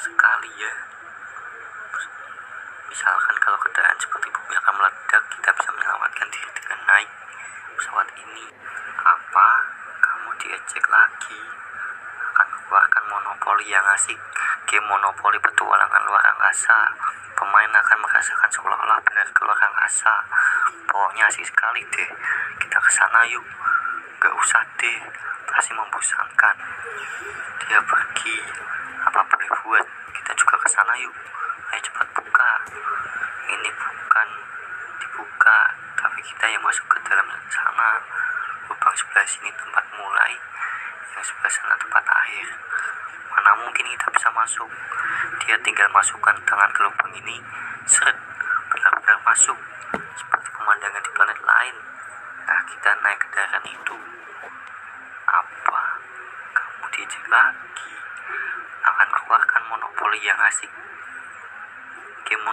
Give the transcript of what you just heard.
sekali ya. Misalkan kalau keadaan seperti bumi akan meledak, kita bisa menyelamatkan diri dengan naik pesawat ini. Apa? Kamu diejek lagi? Akan keluarkan monopoli yang asik, game monopoli petualangan luar angkasa. Pemain akan merasakan seolah-olah benar keluar angkasa. Pokoknya asik sekali deh. Kita kesana yuk. Gak usah deh, pasti membosankan. Dia pergi, apa boleh buat? Kita juga kesana yuk. Ayo cepat buka. Ini bukan dibuka, tapi kita yang masuk ke dalam sana. Lubang sebelah sini tempat mulai, yang sebelah sana tempat akhir. Mana mungkin kita bisa masuk? Dia tinggal masukkan tangan ke lubang ini, seret, benar-benar masuk, seperti pemandangan di planet lain. Nah, kita naik kendaraan itu. Apa? Kamu diejek lagi? Akan keluarkan monopoli yang asik.